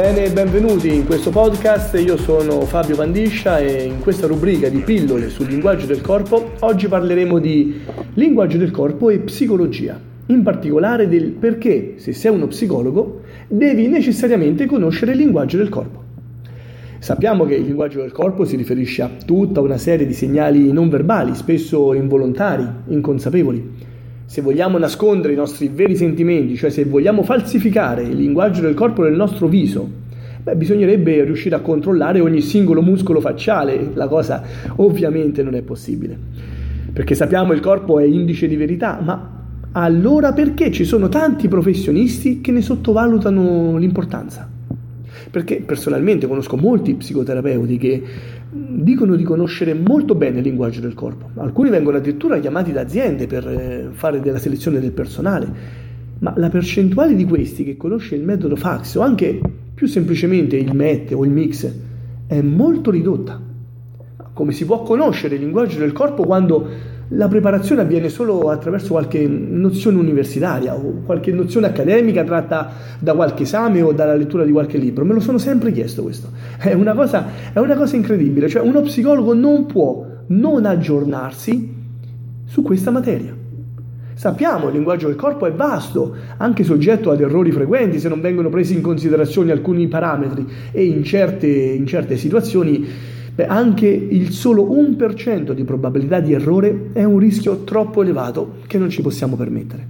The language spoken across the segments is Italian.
Bene, benvenuti in questo podcast. Io sono Fabio Pandiscia e in questa rubrica di pillole sul linguaggio del corpo oggi parleremo di linguaggio del corpo e psicologia, in particolare del perché, se sei uno psicologo, devi necessariamente conoscere il linguaggio del corpo. Sappiamo che il linguaggio del corpo si riferisce a tutta una serie di segnali non verbali, spesso involontari, inconsapevoli. Se vogliamo nascondere i nostri veri sentimenti, cioè se vogliamo falsificare il linguaggio del corpo del nostro viso, bisognerebbe riuscire a controllare ogni singolo muscolo facciale. La cosa ovviamente non è possibile, perché sappiamo che il corpo è indice di verità, ma allora perché ci sono tanti professionisti che ne sottovalutano l'importanza? Perché personalmente conosco molti psicoterapeuti che dicono di conoscere molto bene il linguaggio del corpo. Alcuni vengono addirittura chiamati da aziende per fare della selezione del personale, ma la percentuale di questi che conosce il metodo FACS o anche più semplicemente il MET o il MIX è molto ridotta. Come si può conoscere il linguaggio del corpo quando la preparazione avviene solo attraverso qualche nozione universitaria o qualche nozione accademica tratta da qualche esame o dalla lettura di qualche libro? Me lo sono sempre chiesto questo. È una cosa incredibile, cioè uno psicologo non può non aggiornarsi su questa materia. Sappiamo, il linguaggio del corpo è vasto, anche soggetto ad errori frequenti se non vengono presi in considerazione alcuni parametri e in certe situazioni anche il solo 1% di probabilità di errore è un rischio troppo elevato che non ci possiamo permettere.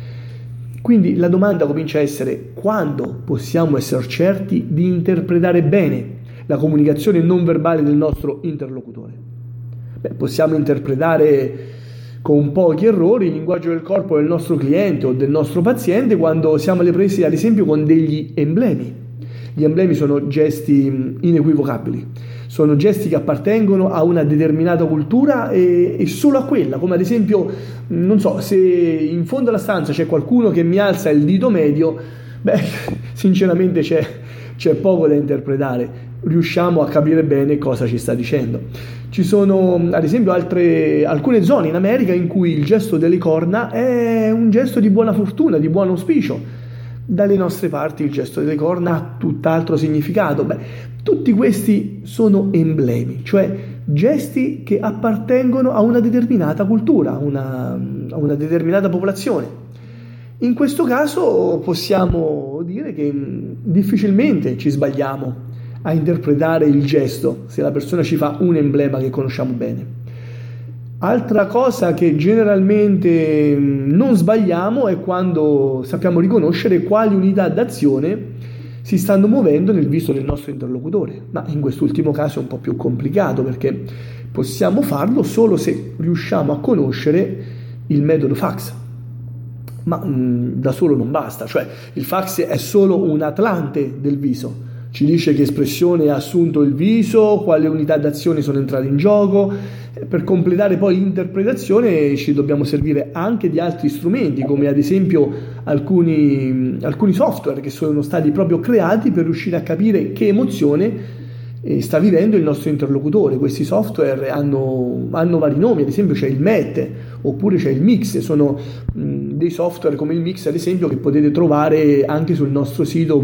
Quindi la domanda comincia a essere: quando possiamo essere certi di interpretare bene la comunicazione non verbale del nostro interlocutore? Possiamo interpretare con pochi errori il linguaggio del corpo del nostro cliente o del nostro paziente quando siamo alle prese, ad esempio, con degli emblemi. Gli emblemi sono gesti inequivocabili, sono gesti che appartengono a una determinata cultura e solo a quella, come ad esempio, non so, se in fondo alla stanza c'è qualcuno che mi alza il dito medio, sinceramente c'è poco da interpretare, riusciamo a capire bene cosa ci sta dicendo. Ci sono ad esempio alcune zone in America in cui il gesto delle corna è un gesto di buona fortuna, di buon auspicio. Dalle nostre parti il gesto delle corna ha tutt'altro significato. Tutti questi sono emblemi, cioè gesti che appartengono a una determinata cultura, a una determinata popolazione. In questo caso possiamo dire che difficilmente ci sbagliamo a interpretare il gesto se la persona ci fa un emblema che conosciamo bene. Altra cosa che generalmente non sbagliamo è quando sappiamo riconoscere quali unità d'azione si stanno muovendo nel viso del nostro interlocutore, ma in quest'ultimo caso è un po' più complicato perché possiamo farlo solo se riusciamo a conoscere il metodo FACS, ma da solo non basta, cioè il FACS è solo un atlante del viso. Ci dice che espressione ha assunto il viso, quali unità d'azione sono entrate in gioco. Per completare poi l'interpretazione ci dobbiamo servire anche di altri strumenti, come ad esempio alcuni software che sono stati proprio creati per riuscire a capire che emozione sta vivendo il nostro interlocutore. Questi software hanno vari nomi, ad esempio c'è il MET oppure c'è il MIX, sono dei software come il MIX ad esempio che potete trovare anche sul nostro sito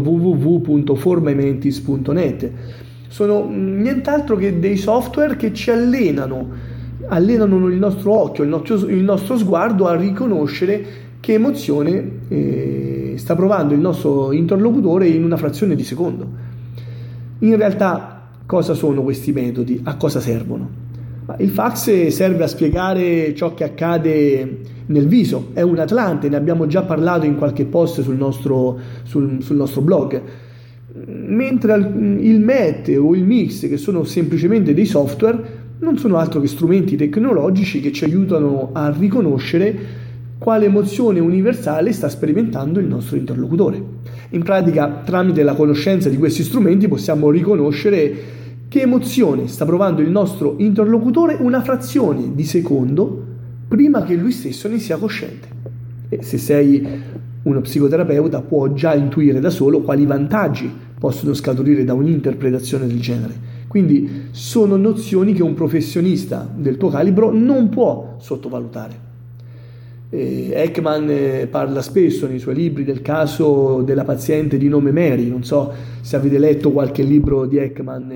www.formamentis.net. Sono nient'altro che dei software che ci allenano il nostro occhio, il nostro sguardo a riconoscere che emozione sta provando il nostro interlocutore in una frazione di secondo. In realtà cosa sono questi metodi? A cosa servono? Il FACS serve a spiegare ciò che accade nel viso, è un atlante, ne abbiamo già parlato in qualche post sul nostro blog, mentre il MET o il MIX, che sono semplicemente dei software, non sono altro che strumenti tecnologici che ci aiutano a riconoscere quale emozione universale sta sperimentando il nostro interlocutore. In pratica, tramite la conoscenza di questi strumenti possiamo riconoscere che emozione sta provando il nostro interlocutore una frazione di secondo prima che lui stesso ne sia cosciente. E se sei uno psicoterapeuta può già intuire da solo quali vantaggi possono scaturire da un'interpretazione del genere. Quindi sono nozioni che un professionista del tuo calibro non può sottovalutare. Ekman parla spesso nei suoi libri del caso della paziente di nome Mary. Non so se avete letto qualche libro di Ekman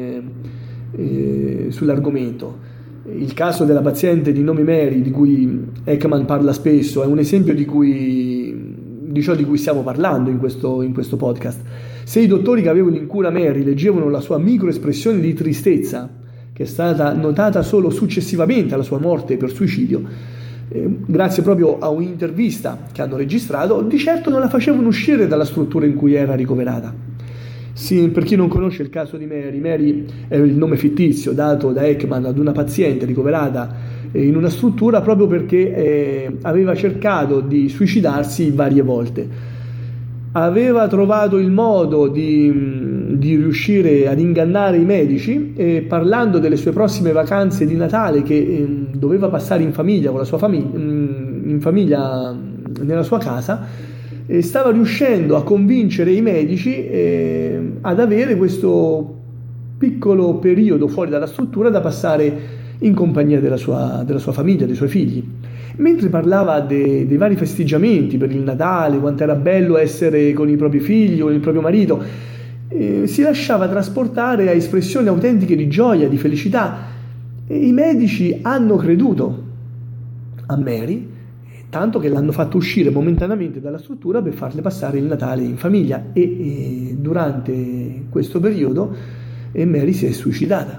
sull'argomento. Il caso della paziente di nome Mary, di cui Ekman parla spesso, è un esempio di ciò di cui stiamo parlando in questo podcast. Se i dottori che avevano in cura Mary leggevano la sua microespressione di tristezza, che è stata notata solo successivamente alla sua morte per suicidio, grazie proprio a un'intervista che hanno registrato, di certo non la facevano uscire dalla struttura in cui era ricoverata. Sì, per chi non conosce il caso di Mary è il nome fittizio dato da Ekman ad una paziente ricoverata in una struttura proprio perché aveva cercato di suicidarsi varie volte. Aveva trovato il modo di riuscire ad ingannare i medici, parlando delle sue prossime vacanze di Natale che doveva passare in famiglia con la sua famiglia nella sua casa, stava riuscendo a convincere i medici ad avere questo piccolo periodo fuori dalla struttura da passare in compagnia della sua famiglia, dei suoi figli. Mentre parlava dei vari festeggiamenti per il Natale, quanto era bello essere con i propri figli o il proprio marito, si lasciava trasportare a espressioni autentiche di gioia, di felicità. E i medici hanno creduto a Mary, tanto che l'hanno fatto uscire momentaneamente dalla struttura per farle passare il Natale in famiglia, e durante questo periodo Mary si è suicidata.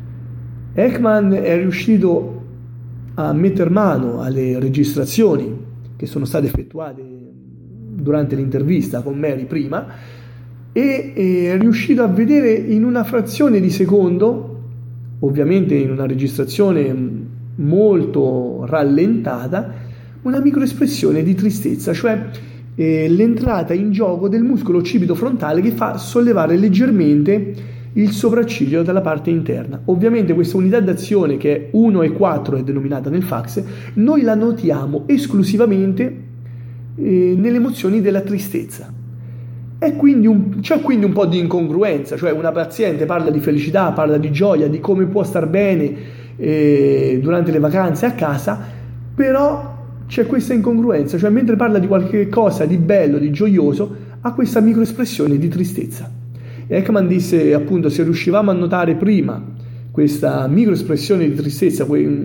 Ekman è riuscito a metter mano alle registrazioni che sono state effettuate durante l'intervista con Mary prima, e è riuscito a vedere in una frazione di secondo, ovviamente in una registrazione molto rallentata, una microespressione di tristezza, cioè l'entrata in gioco del muscolo occipito frontale che fa sollevare leggermente il sopracciglio dalla parte interna. Ovviamente questa unità d'azione, che è 1/4 è denominata nel fax, noi la notiamo esclusivamente nelle emozioni della tristezza. C'è quindi un po' di incongruenza, cioè una paziente parla di felicità, parla di gioia, di come può star bene durante le vacanze a casa, però c'è questa incongruenza, cioè mentre parla di qualche cosa di bello, di gioioso, ha questa microespressione di tristezza. Ekman disse appunto: se riuscivamo a notare prima questa microespressione di tristezza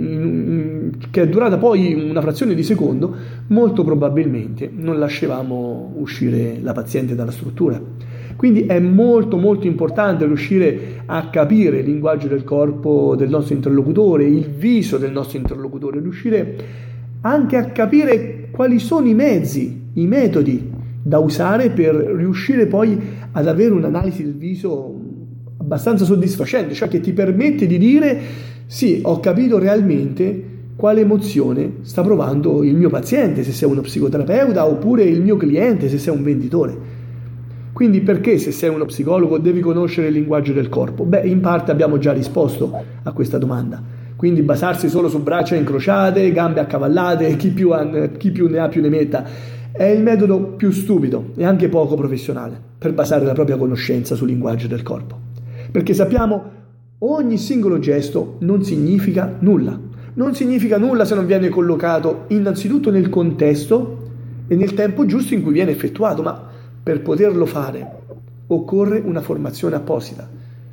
che è durata poi una frazione di secondo, molto probabilmente non lasciavamo uscire la paziente dalla struttura. Quindi è molto molto importante riuscire a capire il linguaggio del corpo del nostro interlocutore, il viso del nostro interlocutore, riuscire anche a capire quali sono i mezzi, i metodi da usare per riuscire poi ad avere un'analisi del viso abbastanza soddisfacente, cioè che ti permette di dire: sì, ho capito realmente quale emozione sta provando il mio paziente, se sei uno psicoterapeuta, oppure il mio cliente, se sei un venditore. Quindi perché, se sei uno psicologo, devi conoscere il linguaggio del corpo? Beh, in parte abbiamo già risposto a questa domanda. Quindi basarsi solo su braccia incrociate, gambe accavallate, chi più ne ha più ne metta, è il metodo più stupido e anche poco professionale per basare la propria conoscenza sul linguaggio del corpo. Perché sappiamo, ogni singolo gesto non significa nulla. Non significa nulla se non viene collocato innanzitutto nel contesto e nel tempo giusto in cui viene effettuato, ma per poterlo fare occorre una formazione apposita.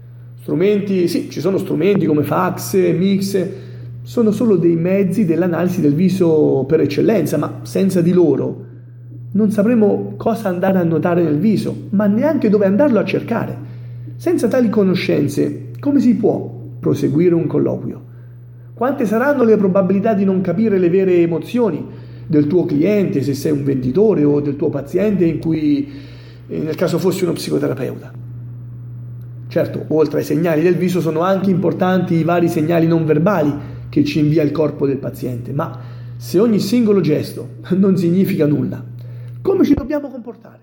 Sì, ci sono strumenti come fax, mix, sono solo dei mezzi dell'analisi del viso per eccellenza, ma senza di loro non sapremo cosa andare a notare nel viso, ma neanche dove andarlo a cercare. Senza tali conoscenze, come si può proseguire un colloquio? Quante saranno le probabilità di non capire le vere emozioni del tuo cliente, se sei un venditore, o del tuo paziente, in cui nel caso fossi uno psicoterapeuta? Certo, oltre ai segnali del viso sono anche importanti i vari segnali non verbali che ci invia il corpo del paziente, ma se ogni singolo gesto non significa nulla, come ci dobbiamo comportare?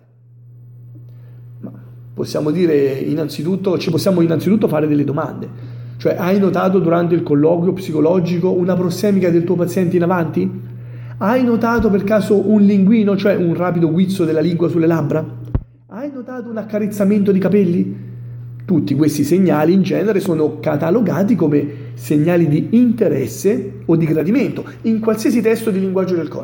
Possiamo innanzitutto fare delle domande. Cioè, hai notato durante il colloquio psicologico una prossemica del tuo paziente in avanti? Hai notato per caso un linguino, cioè un rapido guizzo della lingua sulle labbra? Hai notato un accarezzamento di capelli? Tutti questi segnali in genere sono catalogati come segnali di interesse o di gradimento in qualsiasi testo di linguaggio del corpo.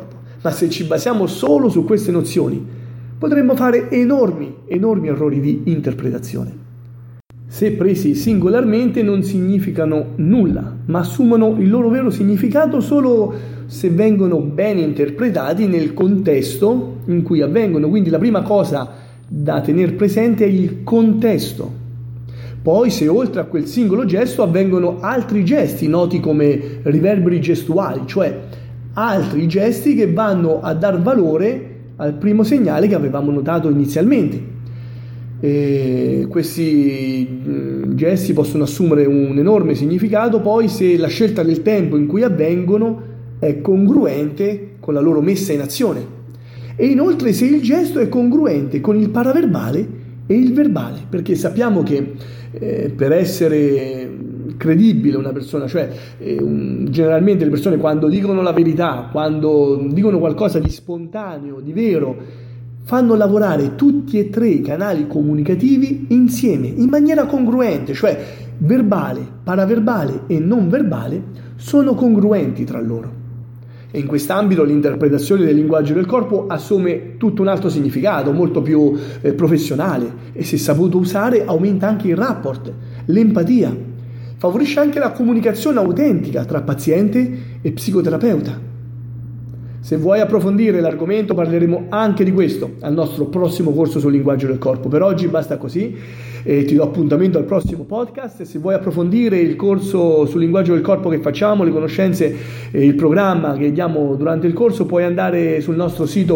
ma se ci basiamo solo su queste nozioni potremmo fare enormi errori di interpretazione. Se presi singolarmente non significano nulla, ma assumono il loro vero significato solo se vengono ben interpretati nel contesto in cui avvengono. Quindi la prima cosa da tenere presente è il contesto. Poi, se oltre a quel singolo gesto avvengono altri gesti noti come riverberi gestuali, cioè altri gesti che vanno a dar valore al primo segnale che avevamo notato inizialmente. E questi gesti possono assumere un enorme significato poi se la scelta del tempo in cui avvengono è congruente con la loro messa in azione, e inoltre se il gesto è congruente con il paraverbale e il verbale, perché sappiamo che per essere credibile una persona, cioè generalmente le persone quando dicono la verità, quando dicono qualcosa di spontaneo, di vero, fanno lavorare tutti e tre i canali comunicativi insieme, in maniera congruente, cioè verbale, paraverbale e non verbale sono congruenti tra loro. E in quest'ambito l'interpretazione del linguaggio del corpo assume tutto un altro significato, molto più professionale, e se saputo usare aumenta anche il rapport, l'empatia, favorisce anche la comunicazione autentica tra paziente e psicoterapeuta. Se vuoi approfondire l'argomento parleremo anche di questo al nostro prossimo corso sul linguaggio del corpo. Per oggi basta così, ti do appuntamento al prossimo podcast. Se vuoi approfondire il corso sul linguaggio del corpo che facciamo, le conoscenze e il programma che diamo durante il corso, puoi andare sul nostro sito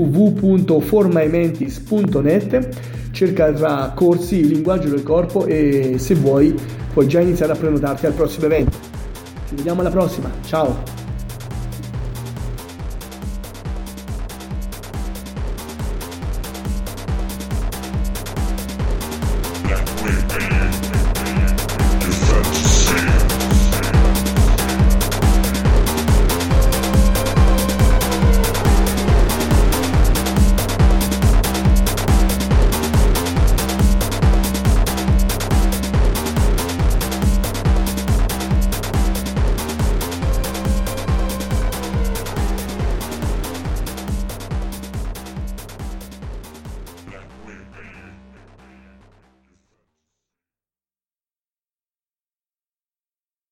www.formaementis.net, cerca tra corsi linguaggio del corpo e se vuoi puoi già iniziare a prenotarti al prossimo evento. Ci vediamo alla prossima, ciao!